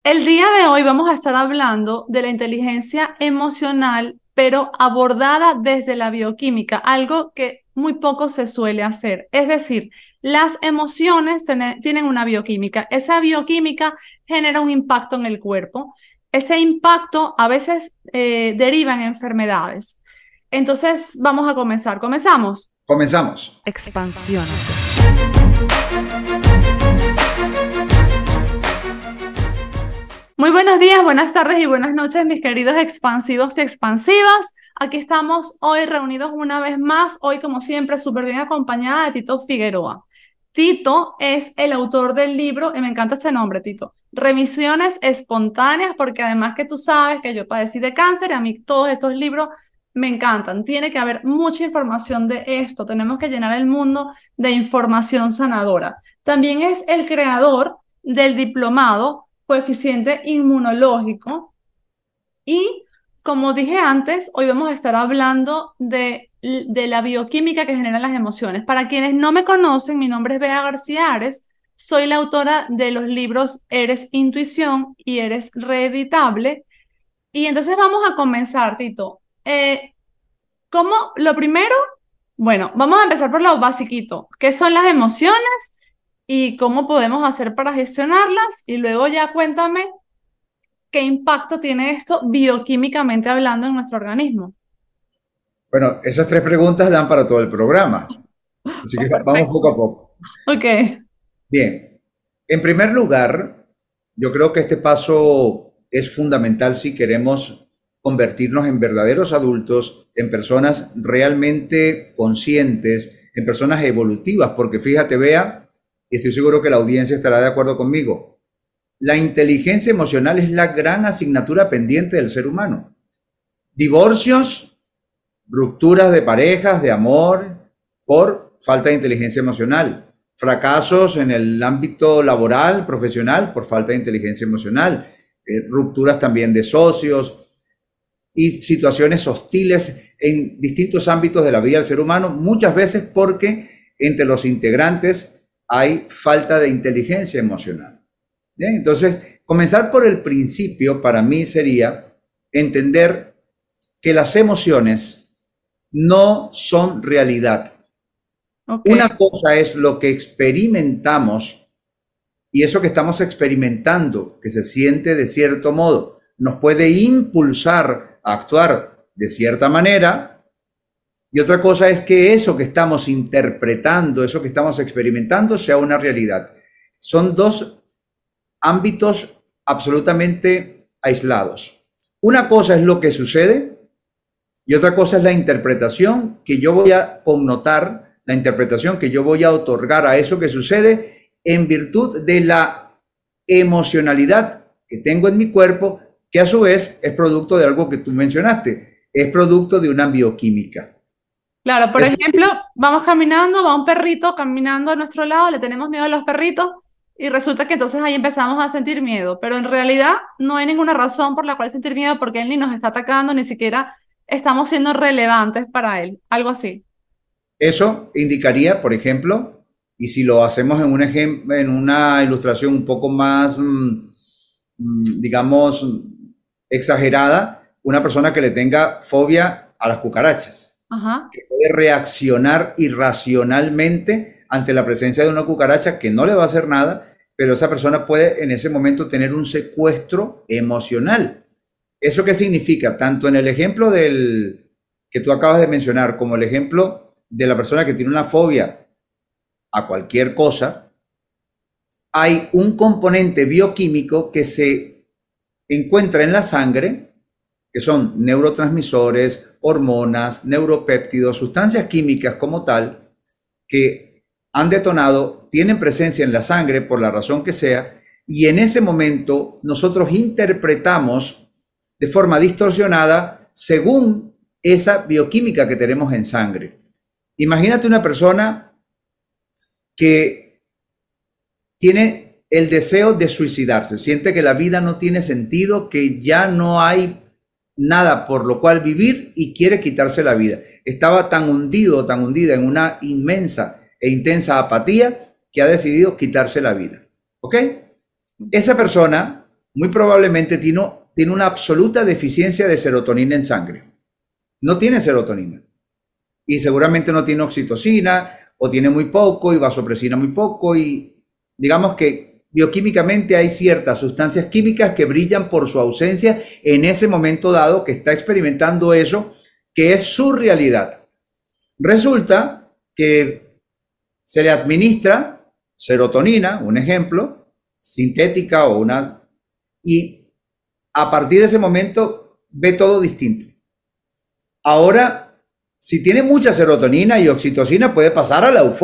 El día de hoy vamos a estar hablando de la inteligencia emocional, pero abordada desde la bioquímica, algo que muy poco se suele hacer. Es decir, las emociones tienen una bioquímica. Esa bioquímica genera un impacto en el cuerpo. Ese impacto a veces deriva en enfermedades. Entonces, vamos a comenzar. ¿Comenzamos? Comenzamos. Expansión. Muy buenos días, buenas tardes y buenas noches, mis queridos expansivos y expansivas. Aquí estamos hoy reunidos una vez más, hoy como siempre súper bien acompañada de Tito Figueroa. Tito es el autor del libro, y me encanta este nombre, Tito, Remisiones Espontáneas, porque además que tú sabes que yo padecí de cáncer y a mí todos estos libros me encantan. Tiene que haber mucha información de esto, tenemos que llenar el mundo de información sanadora. También es el creador del diplomado coeficiente inmunológico. Y como dije antes, hoy vamos a estar hablando de la bioquímica que generan las emociones. Para quienes no me conocen, mi nombre es Bea García Ares, soy la autora de los libros Eres Intuición y Eres Reeditable. Y entonces vamos a comenzar, Tito. ¿Cómo? Lo primero, bueno, vamos a empezar por lo basiquito. ¿Qué son las emociones y cómo podemos hacer para gestionarlas? Y luego ya cuéntame qué impacto tiene esto bioquímicamente hablando en nuestro organismo. Bueno, esas tres preguntas dan para todo el programa, así que vamos poco Perfecto. a poco. Ok, Bien, en primer lugar, yo creo que este paso es fundamental si queremos convertirnos en verdaderos adultos, en personas realmente conscientes, en personas evolutivas, porque fíjate, Bea, y estoy seguro que la audiencia estará de acuerdo conmigo, la inteligencia emocional es la gran asignatura pendiente del ser humano. Divorcios, rupturas de parejas, de amor, por falta de inteligencia emocional. Fracasos en el ámbito laboral, profesional, por falta de inteligencia emocional. Rupturas también de socios y situaciones hostiles en distintos ámbitos de la vida del ser humano, muchas veces porque entre los integrantes hay falta de inteligencia emocional. Bien, entonces, comenzar por el principio para mí sería entender que las emociones no son realidad. ok. Una cosa es lo que experimentamos y eso que estamos experimentando, que se siente de cierto modo, nos puede impulsar a actuar de cierta manera. Y otra cosa es que eso que estamos interpretando, eso que estamos experimentando, sea una realidad. Son dos ámbitos absolutamente aislados. Una cosa es lo que sucede y otra cosa es la interpretación que yo voy a connotar, la interpretación que yo voy a otorgar a eso que sucede en virtud de la emocionalidad que tengo en mi cuerpo, que a su vez es producto de algo que tú mencionaste, es producto de una bioquímica. Claro, por Es, ejemplo, vamos caminando, va un perrito caminando a nuestro lado, le tenemos miedo a los perritos y resulta que entonces ahí empezamos a sentir miedo, pero en realidad no hay ninguna razón por la cual sentir miedo porque él ni nos está atacando, ni siquiera estamos siendo relevantes para él, algo así. eso indicaría, por ejemplo, y si lo hacemos en un ejemplo, en una ilustración un poco más, digamos, exagerada, una persona que le tenga fobia a las cucarachas, Ajá. que puede reaccionar irracionalmente ante la presencia de una cucaracha que no le va a hacer nada, pero esa persona puede en ese momento tener un secuestro emocional. ¿Eso qué significa? Tanto en el ejemplo del que tú acabas de mencionar como el ejemplo de la persona que tiene una fobia a cualquier cosa, hay un componente bioquímico que se encuentra en la sangre, que son neurotransmisores, hormonas, neuropéptidos, sustancias químicas como tal, que han detonado, tienen presencia en la sangre por la razón que sea, y en ese momento nosotros interpretamos de forma distorsionada según esa bioquímica que tenemos en sangre. Imagínate una persona que tiene el deseo de suicidarse, siente que la vida no tiene sentido, que ya no hay nada por lo cual vivir y quiere quitarse la vida. Estaba tan hundido, tan hundida en una inmensa e intensa apatía que ha decidido quitarse la vida. ¿Ok? Esa persona muy probablemente tiene una absoluta deficiencia de serotonina en sangre. No tiene serotonina. Y seguramente no tiene oxitocina, o tiene muy poco, y vasopresina muy poco, y digamos que bioquímicamente hay ciertas sustancias químicas que brillan por su ausencia en ese momento dado que está experimentando eso, que es su realidad. Resulta que se le administra serotonina, un ejemplo, sintética o una, y a partir de ese momento ve todo distinto. Ahora, si tiene mucha serotonina y oxitocina, puede pasar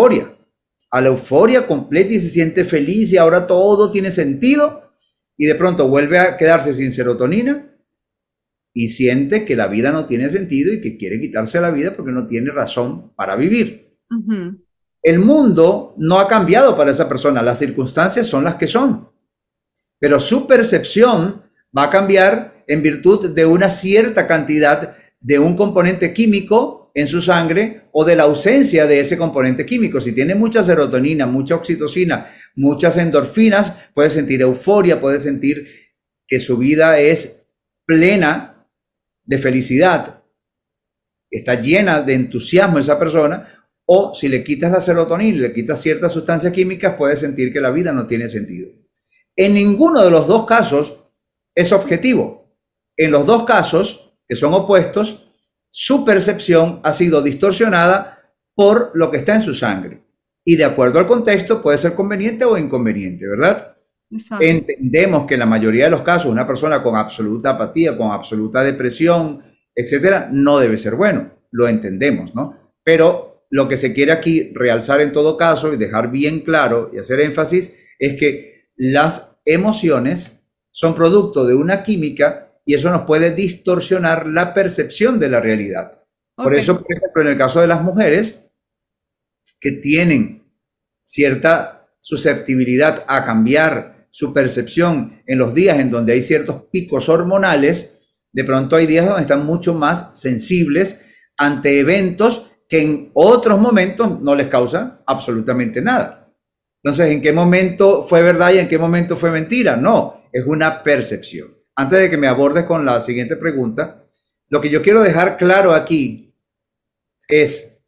a la euforia completa y se siente feliz y ahora todo tiene sentido y de pronto vuelve a quedarse sin serotonina y siente que la vida no tiene sentido y que quiere quitarse la vida porque no tiene razón para vivir. Ujú. El mundo no ha cambiado para esa persona, las circunstancias son las que son, pero su percepción va a cambiar en virtud de una cierta cantidad de un componente químico en su sangre o de la ausencia de ese componente químico. Si tiene mucha serotonina, mucha oxitocina, muchas endorfinas, puede sentir euforia, puede sentir que su vida es plena de felicidad, está llena de entusiasmo esa persona. O si le quitas la serotonina y le quitas ciertas sustancias químicas, puede sentir que la vida no tiene sentido. En ninguno de los dos casos es objetivo. En los dos casos, que son opuestos, su percepción ha sido distorsionada por lo que está en su sangre. Y de acuerdo al contexto puede ser conveniente o inconveniente, ¿verdad? Exacto. Entendemos que en la mayoría de los casos una persona con absoluta apatía, con absoluta depresión, etcétera, no debe ser bueno. Lo entendemos, ¿no? Pero lo que se quiere aquí realzar en todo caso y dejar bien claro y hacer énfasis es que las emociones son producto de una química y eso nos puede distorsionar la percepción de la realidad. Por Ok. eso, por ejemplo, en el caso de las mujeres que tienen cierta susceptibilidad a cambiar su percepción en los días en donde hay ciertos picos hormonales, de pronto hay días donde están mucho más sensibles ante eventos que en otros momentos no les causa absolutamente nada. Entonces, ¿en qué momento fue verdad y en qué momento fue mentira? No, es una percepción. Antes de que me abordes con la siguiente pregunta, lo que yo quiero dejar claro aquí es,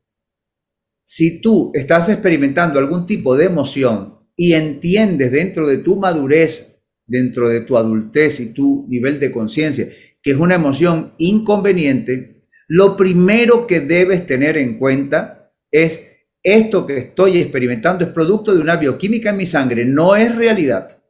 si tú estás experimentando algún tipo de emoción y entiendes dentro de tu madurez, dentro de tu adultez y tu nivel de conciencia, que es una emoción inconveniente, lo primero que debes tener en cuenta es esto que estoy experimentando es producto de una bioquímica en mi sangre, no es realidad.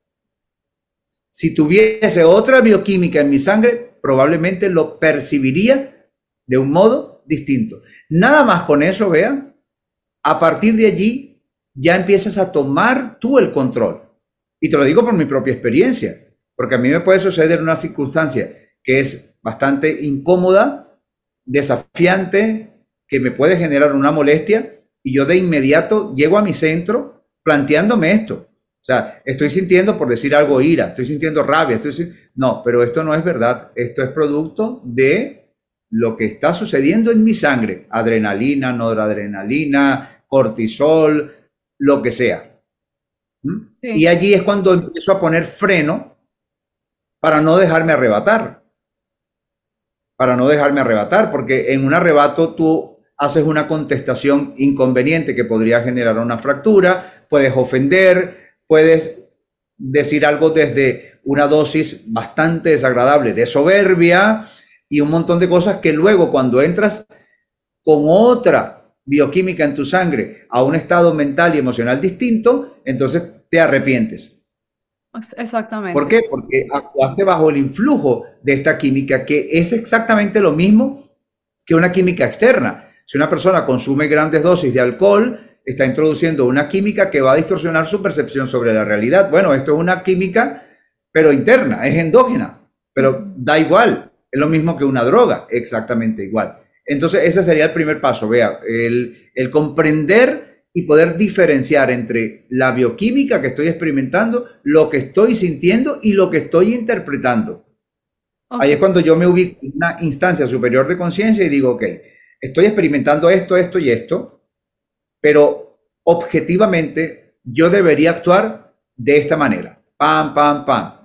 Si tuviese otra bioquímica en mi sangre, probablemente lo percibiría de un modo distinto. Nada más con eso, vean, a partir de allí ya empiezas a tomar tú el control. Y te lo digo por mi propia experiencia, porque a mí me puede suceder una circunstancia que es bastante incómoda, desafiante, que me puede generar una molestia, y yo de inmediato llego a mi centro planteándome esto. O sea, estoy sintiendo, por decir algo, ira, estoy sintiendo rabia, no, pero esto no es verdad, esto es producto de lo que está sucediendo en mi sangre, adrenalina, noradrenalina, cortisol, lo que sea. Sí. Y allí es cuando empiezo a poner freno para no dejarme arrebatar. Para no dejarme arrebatar, porque en un arrebato tú haces una contestación inconveniente que podría generar una fractura, puedes ofender, puedes decir algo desde una dosis bastante desagradable de soberbia y un montón de cosas que luego cuando entras con otra bioquímica en tu sangre a un estado mental y emocional distinto, entonces te arrepientes. ¿Por Exactamente. qué? Porque actuaste bajo el influjo de esta química, que es exactamente lo mismo que una química externa. Si una persona consume grandes dosis de alcohol, está introduciendo una química que va a distorsionar su percepción sobre la realidad. Bueno, esto es una química, pero interna, es endógena, pero da igual, es lo mismo que una droga, exactamente igual. Entonces, ese sería el primer paso, vea, el comprender y poder diferenciar entre la bioquímica que estoy experimentando, lo que estoy sintiendo y lo que estoy interpretando. Ahí Ok. es cuando yo me ubico en una instancia superior de conciencia y digo, ok, estoy experimentando esto, esto y esto, pero objetivamente yo debería actuar de esta manera. Pam, pam, pam.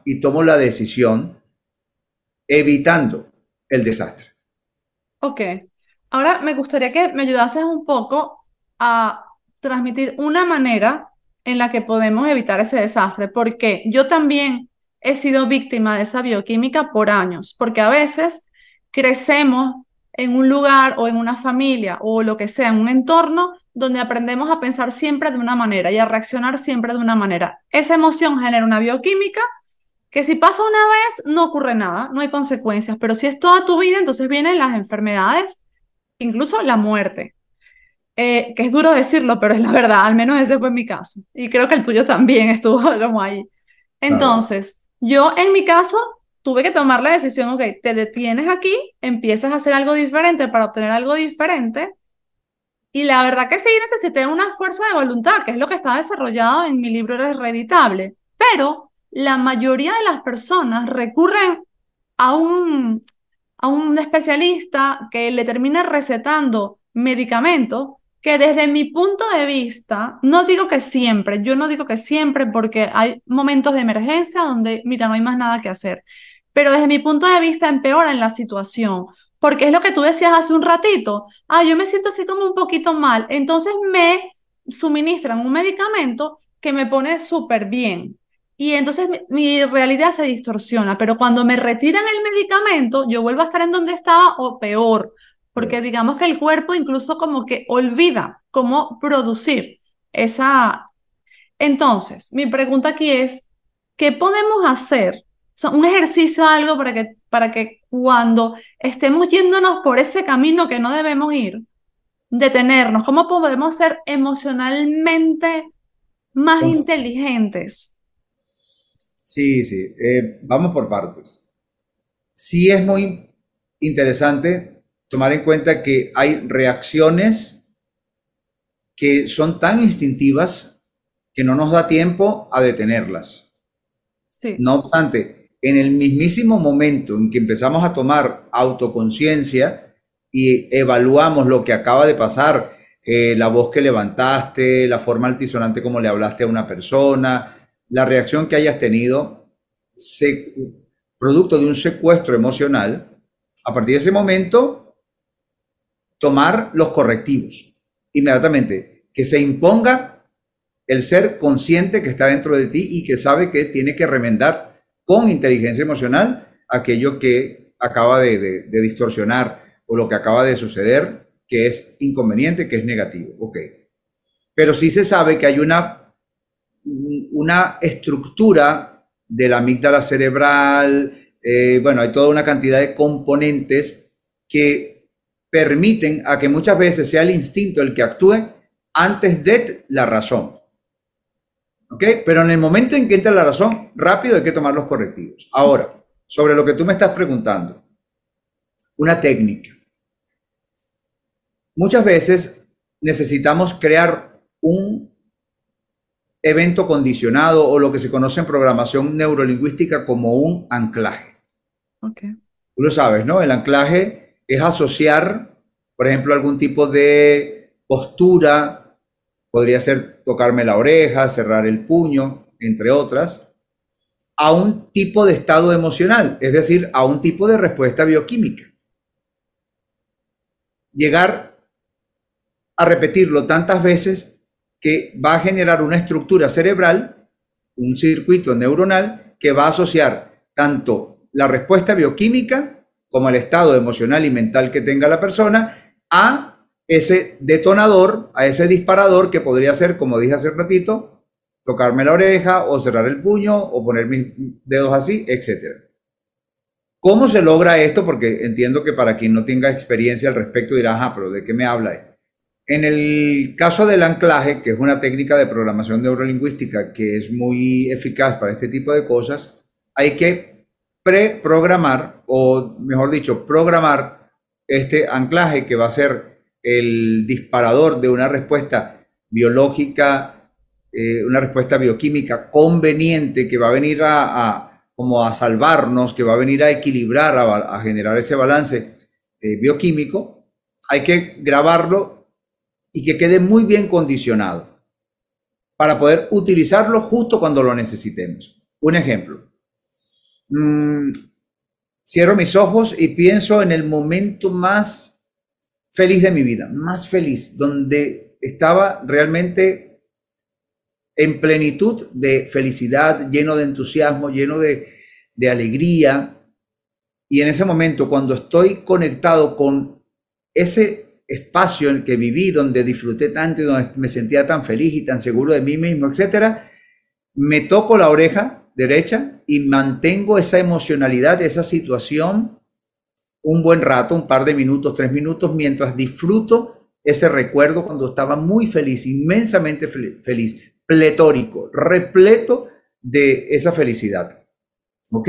y tomo la decisión evitando el desastre. Ok. Ahora me gustaría que me ayudases un poco a transmitir una manera en la que podemos evitar ese desastre, porque yo también he sido víctima de esa bioquímica por años, porque a veces crecemos en un lugar o en una familia o lo que sea, en un entorno donde aprendemos a pensar siempre de una manera y a reaccionar siempre de una manera. Esa emoción genera una bioquímica que si pasa una vez no ocurre nada, no hay consecuencias, pero si es toda tu vida, entonces vienen las enfermedades, incluso la muerte. Que es duro decirlo, pero es la verdad, al menos ese fue mi caso. Y creo que el tuyo también estuvo como ahí. Claro. Entonces, yo en mi caso tuve que tomar la decisión, ok, te detienes aquí, empiezas a hacer algo diferente para obtener algo diferente. Y la verdad que sí necesité una fuerza de voluntad, que es lo que está desarrollado en mi libro Hereditable. Pero la mayoría de las personas recurren a a un especialista que le termina recetando medicamentos que desde mi punto de vista, no digo que siempre, yo no digo que siempre porque hay momentos de emergencia donde, mira, no hay más nada que hacer, pero desde mi punto de vista empeoran la situación, porque es lo que tú decías hace un ratito, yo me siento así como un poquito mal, entonces me suministran un medicamento que me pone súper bien. Y entonces mi realidad se distorsiona, pero cuando me retiran el medicamento, yo vuelvo a estar en donde estaba o peor, porque digamos que el cuerpo incluso como que olvida cómo producir esa. Entonces, mi pregunta aquí es, ¿qué podemos hacer? O sea, un ejercicio, algo para que cuando estemos yéndonos por ese camino que no debemos ir, detenernos, ¿cómo podemos ser emocionalmente más inteligentes? Sí, sí. Vamos por partes. Sí es muy interesante tomar en cuenta que hay reacciones que son tan instintivas que no nos da tiempo a detenerlas. Sí. No obstante, en el mismísimo momento en que empezamos a tomar autoconciencia y evaluamos lo que acaba de pasar, la voz que levantaste, la forma altisonante como le hablaste a una persona, la reacción que hayas tenido, se, producto de un secuestro emocional, a partir de ese momento, tomar los correctivos inmediatamente, que se imponga el ser consciente que está dentro de ti y que sabe que tiene que remendar con inteligencia emocional aquello que acaba de distorsionar o lo que acaba de suceder, que es inconveniente, que es negativo. Ok. Pero sí se sabe que hay una estructura de la amígdala cerebral, bueno, hay toda una cantidad de componentes que permiten a que muchas veces sea el instinto el que actúe antes de la razón. ¿Ok? Pero en el momento en que entra la razón, rápido hay que tomar los correctivos. Ahora, sobre lo que tú me estás preguntando, una técnica. Muchas veces necesitamos crear un evento condicionado o lo que se conoce en programación neurolingüística como un anclaje. Ok. Tú lo sabes, ¿no? El anclaje es asociar, por ejemplo, algún tipo de postura, podría ser tocarme la oreja, cerrar el puño, entre otras, a un tipo de estado emocional, es decir, a un tipo de respuesta bioquímica. Llegar a repetirlo tantas veces que va a generar una estructura cerebral, un circuito neuronal que va a asociar tanto la respuesta bioquímica como el estado emocional y mental que tenga la persona a ese detonador, a ese disparador que podría ser, como dije hace un ratito, tocarme la oreja o cerrar el puño o poner mis dedos así, etcétera. ¿Cómo se logra esto? Porque entiendo que para quien no tenga experiencia al respecto dirá, ajá, pero ¿de qué me habla esto? En el caso del anclaje, que es una técnica de programación neurolingüística que es muy eficaz para este tipo de cosas, hay que preprogramar, o mejor dicho, programar este anclaje que va a ser el disparador de una respuesta biológica, una respuesta bioquímica conveniente que va a venir como a salvarnos, que va a venir a equilibrar, a generar ese balance bioquímico. Hay que grabarlo y que quede muy bien condicionado para poder utilizarlo justo cuando lo necesitemos. Un ejemplo, mm, cierro mis ojos y pienso en el momento más feliz de mi vida, más feliz, donde estaba realmente en plenitud de felicidad, lleno de entusiasmo, lleno de alegría. Y en ese momento, cuando estoy conectado con ese espacio en el que viví, donde disfruté tanto y donde me sentía tan feliz y tan seguro de mí mismo, etcétera, me toco la oreja derecha y mantengo esa emocionalidad, esa situación un buen rato, un par de minutos, 3 minutos, mientras disfruto ese recuerdo cuando estaba muy feliz, inmensamente feliz, pletórico, repleto de esa felicidad. ¿Ok?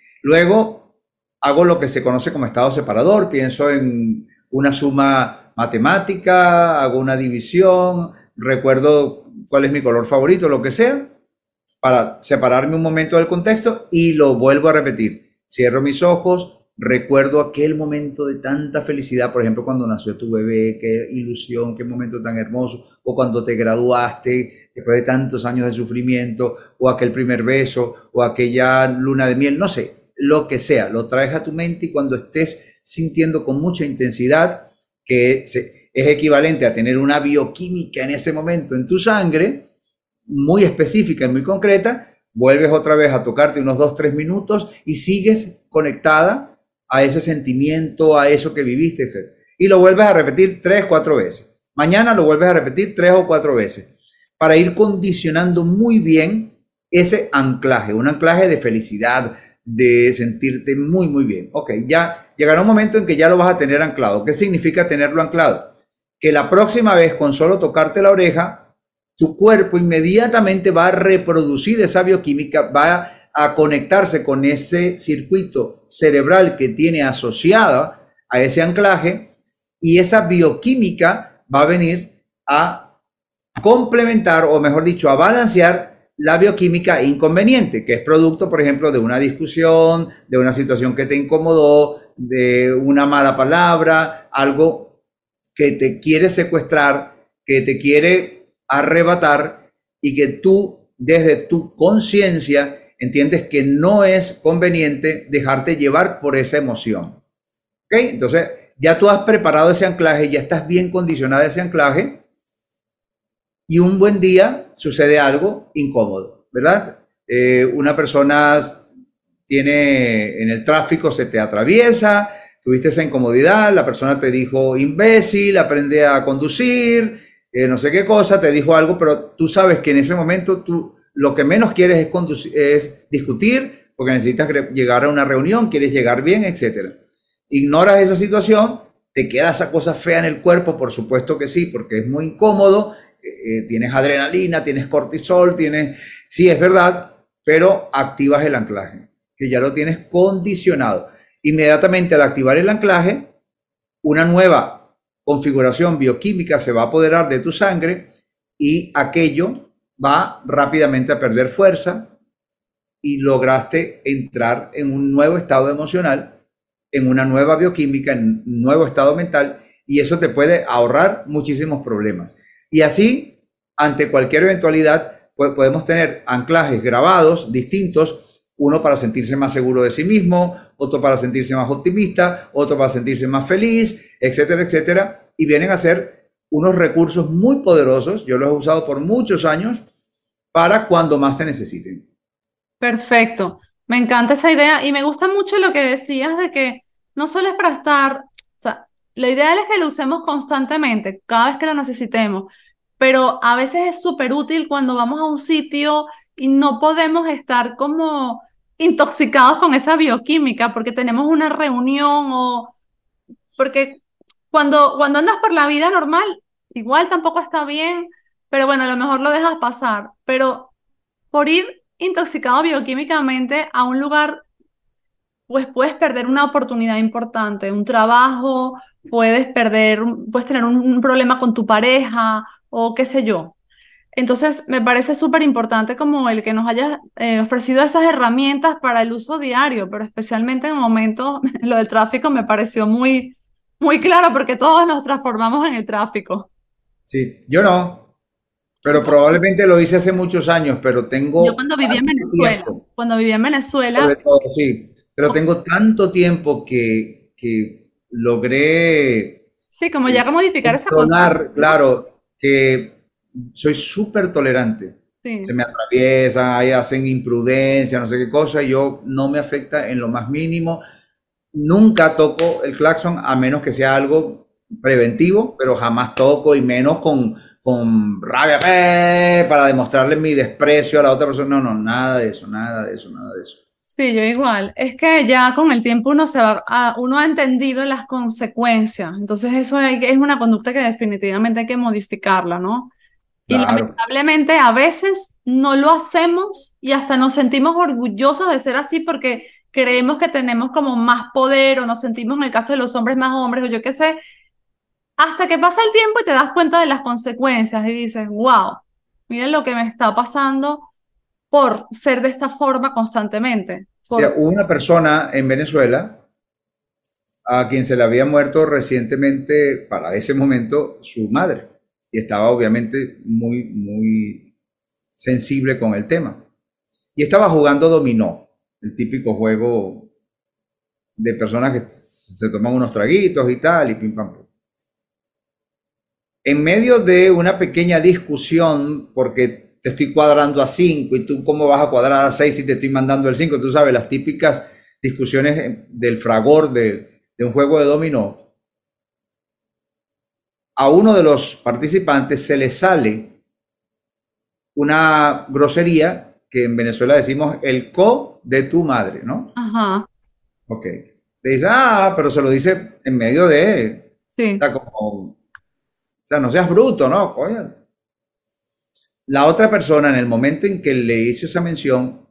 Luego hago lo que se conoce como estado separador, pienso en una suma matemática, hago una división, recuerdo cuál es mi color favorito, lo que sea, para separarme un momento del contexto y lo vuelvo a repetir. Cierro mis ojos, recuerdo aquel momento de tanta felicidad, por ejemplo, cuando nació tu bebé, qué ilusión, qué momento tan hermoso, o cuando te graduaste después de tantos años de sufrimiento, o aquel primer beso, o aquella luna de miel, no sé, lo que sea, lo traes a tu mente y cuando estés sintiendo con mucha intensidad que es equivalente a tener una bioquímica en ese momento en tu sangre, muy específica y muy concreta, vuelves otra vez a tocarte unos 2, 3 minutos y sigues conectada a ese sentimiento, a eso que viviste, etc. Y lo vuelves a repetir 3, 4 veces. Mañana lo vuelves a repetir 3 o 4 veces para ir condicionando muy bien ese anclaje, un anclaje de felicidad, de sentirte muy, muy bien. Ok, ya llegará un momento en que ya lo vas a tener anclado. ¿Qué significa tenerlo anclado? Que la próxima vez con solo tocarte la oreja, tu cuerpo inmediatamente va a reproducir esa bioquímica, va a conectarse con ese circuito cerebral que tiene asociada a ese anclaje y esa bioquímica va a venir a complementar, o mejor dicho, a balancear la bioquímica inconveniente, que es producto, por ejemplo, de una discusión, de una situación que te incomodó, de una mala palabra, algo que te quiere secuestrar, que te quiere arrebatar y que tú, desde tu conciencia, entiendes que no es conveniente dejarte llevar por esa emoción. ¿Ok? Entonces, ya tú has preparado ese anclaje, ya estás bien condicionado a ese anclaje y un buen día sucede algo incómodo, ¿verdad? Una persona tiene en el tráfico, se te atraviesa, tuviste esa incomodidad, la persona te dijo imbécil, aprende a conducir, no sé qué cosa, te dijo algo, pero tú sabes que en ese momento tú lo que menos quieres es, es discutir, porque necesitas llegar a una reunión, quieres llegar bien, etcétera. Ignoras esa situación, te queda esa cosa fea en el cuerpo, por supuesto que sí, porque es muy incómodo, tienes adrenalina, tienes cortisol, tienes, sí, es verdad, pero activas el anclaje, que ya lo tienes condicionado. Inmediatamente al activar el anclaje, una nueva configuración bioquímica se va a apoderar de tu sangre y aquello va rápidamente a perder fuerza y lograste entrar en un nuevo estado emocional, en una nueva bioquímica, en un nuevo estado mental y eso te puede ahorrar muchísimos problemas. Y así, ante cualquier eventualidad, podemos tener anclajes grabados distintos, uno para sentirse más seguro de sí mismo, otro para sentirse más optimista, otro para sentirse más feliz, etcétera, etcétera. Y vienen a ser unos recursos muy poderosos, yo los he usado por muchos años, para cuando más se necesiten. Perfecto. Me encanta esa idea y me gusta mucho lo que decías de que no solo es para estar, o sea, lo ideal es que lo usemos constantemente, cada vez que lo necesitemos, pero a veces es súper útil cuando vamos a un sitio y no podemos estar como intoxicados con esa bioquímica porque tenemos una reunión o porque cuando andas por la vida normal, igual tampoco está bien, pero bueno, a lo mejor lo dejas pasar, pero por ir intoxicado bioquímicamente a un lugar, pues puedes perder una oportunidad importante, un trabajo, puedes tener un problema con tu pareja o qué sé yo. Entonces, me parece súper importante como el que nos hayas ofrecido esas herramientas para el uso diario, pero especialmente en el momento, lo del tráfico me pareció muy claro porque todos nos transformamos en el tráfico. Sí, yo no, pero probablemente lo hice hace muchos años, pero Yo tengo cuando vivía en tanto Venezuela, tiempo. cuando vivía en Venezuela, sobre todo, sí. Pero tengo tanto tiempo que logré sí, como ya que modificar esa conducta, controlar, ¿no? claro, que soy súper tolerante. Se Sí. me atraviesan, ahí hacen imprudencia, no sé qué cosa, y yo no me afecta en lo más mínimo. Nunca toco el claxon a menos que sea algo preventivo, pero jamás toco y menos con rabia para demostrarle mi desprecio a la otra persona. No, no, nada de eso, nada de eso, nada de eso. Sí, yo igual. Es que ya con el tiempo uno ha entendido las consecuencias. Entonentonces eso es una conducta que definitivamente hay que modificarla, ¿no? Y Claro. lamentablemente a veces no lo hacemos y hasta nos sentimos orgullosos de ser así porque creemos que tenemos como más poder o nos sentimos en el caso de los hombres más hombres o yo qué sé, hasta que pasa el tiempo y te das cuenta de las consecuencias y dices, wow, miren lo que me está pasando por ser de esta forma constantemente. Mira, hubo una persona en Venezuela a quien se le había muerto recientemente, para ese momento, su madre. Y estaba obviamente muy, muy sensible con el tema. Y estaba jugando dominó, el típico juego de personas que se toman unos traguitos y tal, y pim pam pum. En medio de una pequeña discusión, porque te estoy cuadrando a 5 y tú cómo vas a cuadrar a 6 si te estoy mandando el 5, tú sabes, las típicas discusiones del fragor de un juego de dominó, a uno de los participantes se le sale una grosería que en Venezuela decimos el co de tu madre, ¿no? Ajá, Ok. Le dice, pero se lo dice en medio de, o sí, sea, como, o sea, no seas bruto, ¿no? Coño. La otra persona, en el momento en que le hizo esa mención,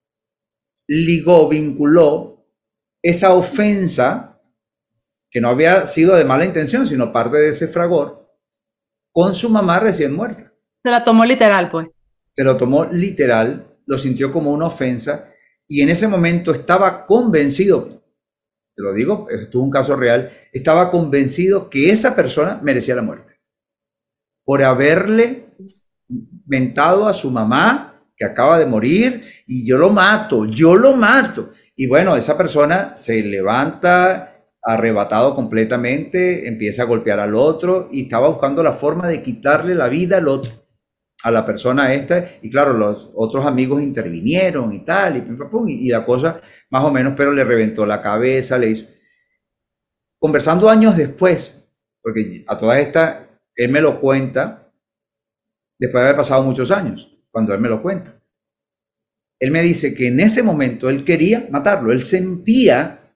ligó, vinculó esa ofensa, que no había sido de mala intención, sino parte de ese fragor, con su mamá recién muerta. se la tomó literal, pues. Se lo tomó literal, lo sintió como una ofensa y en ese momento estaba convencido, te lo digo, esto es un caso real, estaba convencido que esa persona merecía la muerte por haberle mentado a su mamá que acaba de morir y yo lo mato, yo lo mato. Y bueno, esa persona se levanta arrebatado completamente, empieza a golpear al otro y estaba buscando la forma de quitarle la vida al otro, a la persona esta, y claro, los otros amigos intervinieron y tal, y pum, pum, pum, y la cosa más o menos, pero le reventó la cabeza, le hizo. Conversando años después, porque a toda esta, él me lo cuenta, después de haber pasado muchos años, cuando él me lo cuenta. Él me dice que en ese momento él quería matarlo, él sentía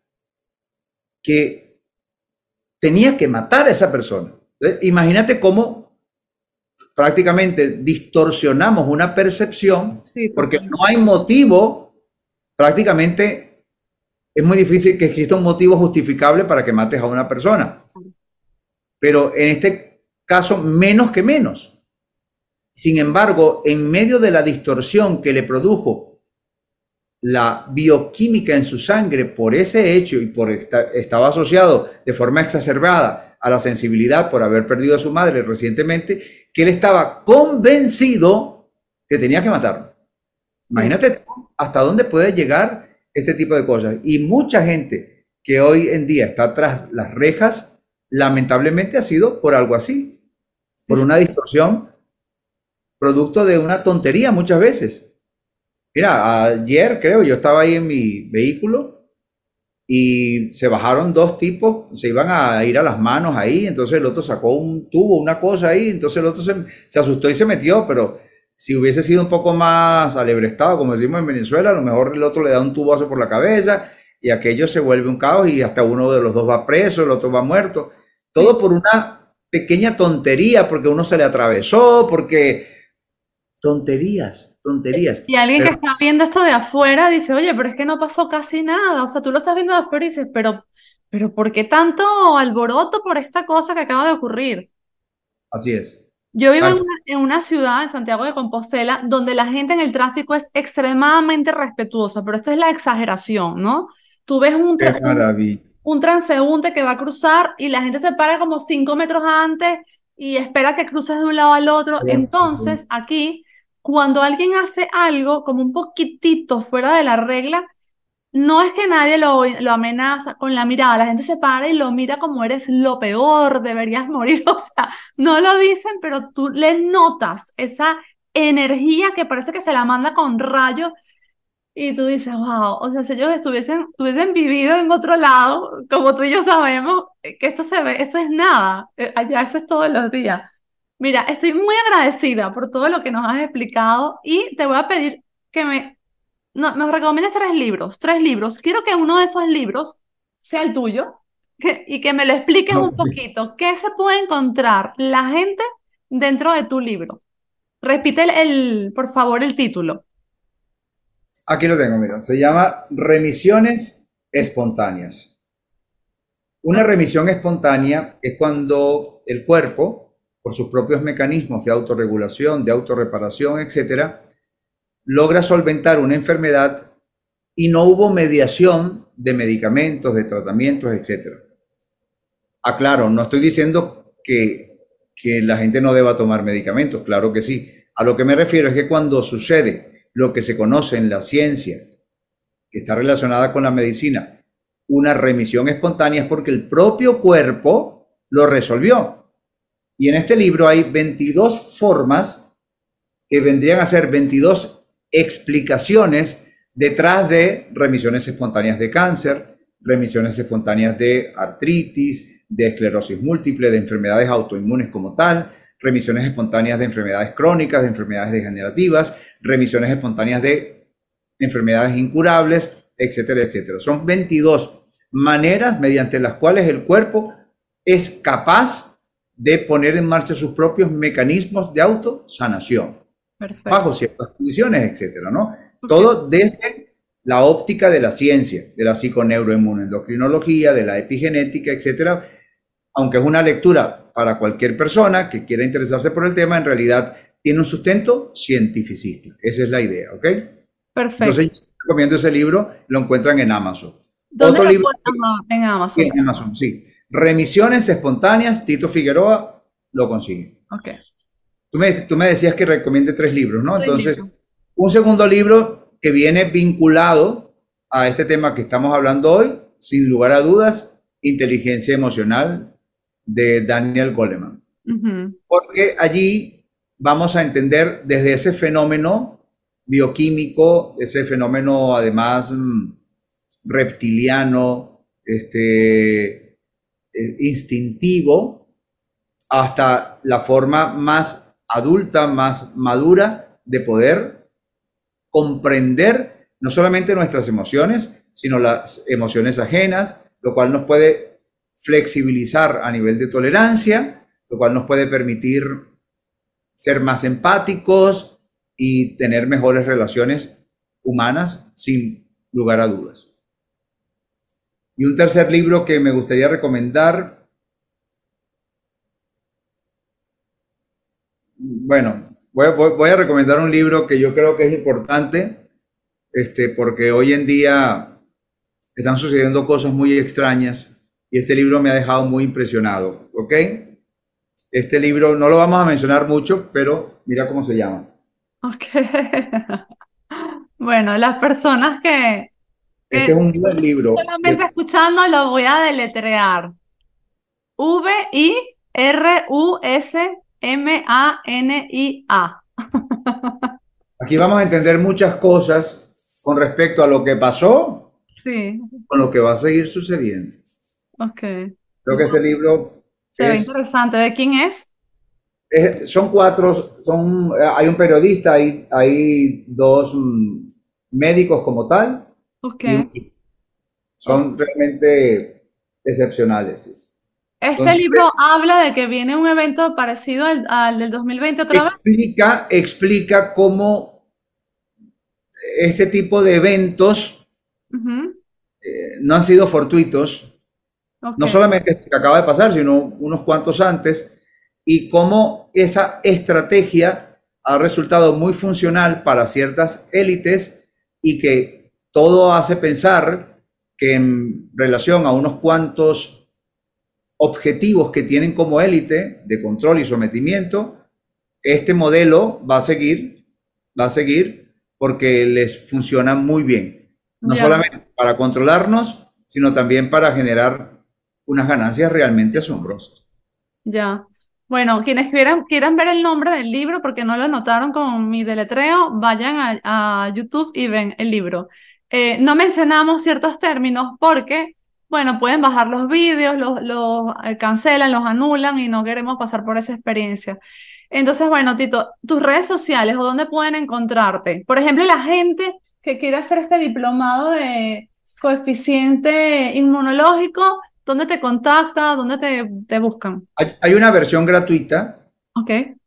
que tenía que matar a esa persona. Entonces, imagínate cómo prácticamente distorsionamos una percepción Sí, porque total. no hay motivo, prácticamente es muy difícil que exista un motivo justificable para que mates a una persona, pero en este caso menos que menos. Sin embargo, en medio de la distorsión que le produjo la bioquímica en su sangre por ese hecho y estaba asociado de forma exacerbada a la sensibilidad por haber perdido a su madre recientemente, que él estaba convencido que tenía que matarlo. Sí. Imagínate hasta dónde puede llegar este tipo de cosas. Y mucha gente que hoy en día está tras las rejas, lamentablemente ha sido por algo así, Sí, por sí. una distorsión, producto de una tontería muchas veces. Mira, ayer creo, yo estaba ahí en mi vehículo y se bajaron dos tipos, se iban a ir a las manos ahí, entonces el otro sacó un tubo, una cosa ahí, entonces el otro se asustó y se metió, pero si hubiese sido un poco más alebrestado, como decimos en Venezuela, a lo mejor el otro le da un tubazo por la cabeza y aquello se vuelve un caos y hasta uno de los dos va preso, el otro va muerto. Todo Sí. por una pequeña tontería, porque uno se le atravesó, porque tonterías, tonterías. Y alguien que Pero está viendo esto de afuera dice, oye, pero es que no pasó casi nada. O sea, tú lo estás viendo de afuera y dices, pero ¿por qué tanto alboroto por esta cosa que acaba de ocurrir? así es. Yo vivo en Tal una, en una ciudad, en Santiago de Compostela, donde la gente en el tráfico es extremadamente respetuosa, pero esto es la exageración, ¿no? Tú ves Qué maravilla. un transeúnte que va a cruzar y la gente se para como 5 metros antes y espera que cruces de un lado al otro. Entonces, aquí cuando alguien hace algo como un poquitito fuera de la regla, no es que nadie lo amenaza con la mirada, la gente se para y lo mira como eres lo peor, deberías morir, o sea, no lo dicen, pero tú le notas esa energía que parece que se la manda con rayos y tú dices, wow, o sea, si ellos hubiesen vivido en otro lado, como tú y yo sabemos, que esto se ve, esto es nada, allá eso es todos los días. Mira, estoy muy agradecida por todo lo que nos has explicado y te voy a pedir que me recomiendes tres libros. Quiero que uno de esos libros sea el tuyo y que me lo expliques un poquito. ¿Qué se puede encontrar la gente dentro de tu libro? Repite por favor, el título. Aquí lo tengo, mira. Se llama remisiones espontáneas. Una remisión espontánea es cuando el cuerpo, por sus propios mecanismos de autorregulación, de autorreparación, etcétera, logra solventar una enfermedad y no hubo mediación de medicamentos, de tratamientos, etcétera. Aclaro, no estoy diciendo que la gente no deba tomar medicamentos, claro que sí. A lo que me refiero es que cuando sucede lo que se conoce en la ciencia, que está relacionada con la medicina, una remisión espontánea es porque el propio cuerpo lo resolvió. Y en este libro hay 22 formas que vendrían a ser 22 explicaciones detrás de remisiones espontáneas de cáncer, remisiones espontáneas de artritis, de esclerosis múltiple, de enfermedades autoinmunes como tal, remisiones espontáneas de enfermedades crónicas, de enfermedades degenerativas, remisiones espontáneas de enfermedades incurables, etcétera, etcétera. Son 22 maneras mediante las cuales el cuerpo es capaz de poner en marcha sus propios mecanismos de autosanación. Perfecto. Bajo ciertas condiciones, etcétera, ¿no? Okay. Todo desde la óptica de la ciencia, de la psiconeuroinmunoendocrinología, de la epigenética, etcétera. Aunque es una lectura para cualquier persona que quiera interesarse por el tema, en realidad tiene un sustento cientificista. Esa es la idea, ¿ok? Perfecto. Entonces, yo recomiendo ese libro, lo encuentran en Amazon. ¿Dónde lo libro en Amazon? En Amazon, sí. Remisiones espontáneas, Tito Figueroa lo consigue. Ok. Tú me decías que recomiende 3 libros, ¿no? Entonces, un segundo libro que viene vinculado a este tema que estamos hablando hoy, sin lugar a dudas, Inteligencia Emocional, de Daniel Goleman. Porque allí vamos a entender desde ese fenómeno bioquímico, ese fenómeno además reptiliano, instintivo, hasta la forma más adulta, más madura de poder comprender no solamente nuestras emociones, sino las emociones ajenas, lo cual nos puede flexibilizar a nivel de tolerancia, lo cual nos puede permitir ser más empáticos y tener mejores relaciones humanas, sin lugar a dudas. Y un tercer libro que me gustaría recomendar, bueno, voy a recomendar un libro que yo creo que es importante, porque hoy en día están sucediendo cosas muy extrañas y este libro me ha dejado muy impresionado, ¿ok? Este libro no lo vamos a mencionar mucho, pero mira cómo se llama. Ok. Bueno, las personas que este es un buen libro. Solamente escuchando lo voy a deletrear. Virusmania. Aquí vamos a entender muchas cosas con respecto a lo que pasó, sí, con lo que va a seguir sucediendo. Ok. Creo que este libro se ve interesante. ¿De quién es? Son 4, hay un periodista, hay 2 médicos como tal. Okay. Son realmente excepcionales. Este libro habla de que viene un evento parecido al del 2020 otra vez. Explica cómo este tipo de eventos no han sido fortuitos, no solamente este que acaba de pasar, sino unos cuantos antes, y cómo esa estrategia ha resultado muy funcional para ciertas élites y que todo hace pensar que en relación a unos cuantos objetivos que tienen como élite de control y sometimiento, este modelo va a seguir va a seguir porque les funciona muy bien. No Ya, solamente para controlarnos, sino también para generar unas ganancias realmente asombrosas. ya. Bueno, quienes quieran ver el nombre del libro, porque no lo anotaron con mi deletreo, vayan a YouTube y ven el libro. No mencionamos ciertos términos porque, bueno, pueden bajar los vídeos, los cancelan, los anulan y no queremos pasar por esa experiencia. Entonces, bueno, Tito, tus redes sociales o dónde pueden encontrarte. Por ejemplo, la gente que quiere hacer este diplomado de coeficiente inmunológico, ¿dónde te contacta? ¿Dónde te buscan? Hay una versión gratuita Ok,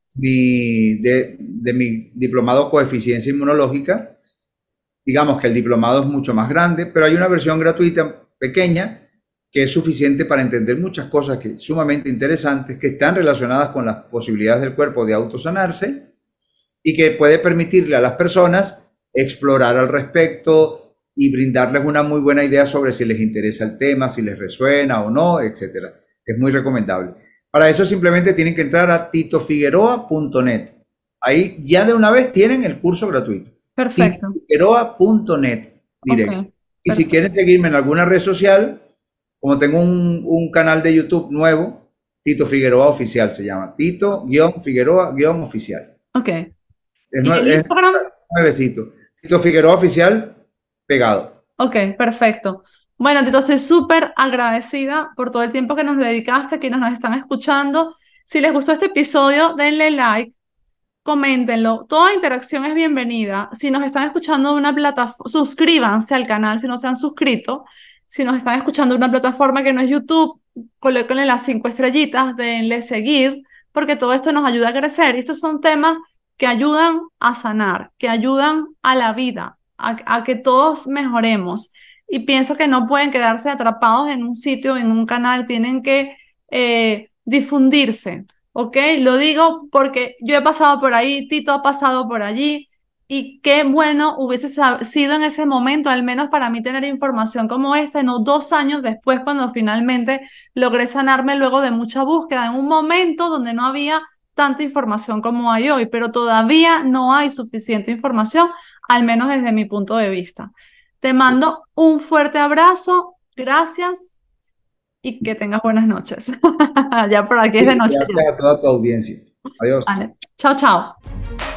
de mi diplomado coeficiencia inmunológica. Digamos que el diplomado es mucho más grande, pero hay una versión gratuita pequeña que es suficiente para entender muchas cosas que sumamente interesantes, que están relacionadas con las posibilidades del cuerpo de autosanarse y que puede permitirle a las personas explorar al respecto y brindarles una muy buena idea sobre si les interesa el tema, si les resuena o no, etcétera. Es muy recomendable. Para eso simplemente tienen que entrar a titofigueroa.net. Ahí ya de una vez tienen el curso gratuito. perfecto. titofigueroa.net Ok, directo. Y si quieren perfecto. seguirme en alguna red social, como tengo un canal de YouTube nuevo, Tito Figueroa Oficial se llama. Tito-Figueroa-Oficial. Ok. Es, ¿Y el es Instagram? nuevecito. Tito Figueroa Oficial pegado. Ok, perfecto. Bueno, Tito, soy súper agradecida por todo el tiempo que nos dedicaste, quienes nos están escuchando. Si les gustó este episodio, denle like, coméntenlo. Toda interacción es bienvenida. Si nos están escuchando de una plataforma, suscríbanse al canal si no se han suscrito. Si nos están escuchando de una plataforma que no es YouTube, colóquenle las 5 estrellitas, denle seguir, porque todo esto nos ayuda a crecer. Y estos son temas que ayudan a sanar, que ayudan a la vida, a que todos mejoremos. Y pienso que no pueden quedarse atrapados en un sitio, en un canal, tienen que difundirse. ¿Ok? Lo digo porque yo he pasado por ahí, Tito ha pasado por allí y qué bueno hubiese sido en ese momento, al menos para mí, tener información como esta, no 2 años después, cuando finalmente logré sanarme luego de mucha búsqueda, en un momento donde no había tanta información como hay hoy, pero todavía no hay suficiente información, al menos desde mi punto de vista. Te mando un fuerte abrazo, gracias y que tengas buenas noches. Ya por aquí es de Y noche ya. gracias a toda tu audiencia. Adiós. Vale. Chao, chao.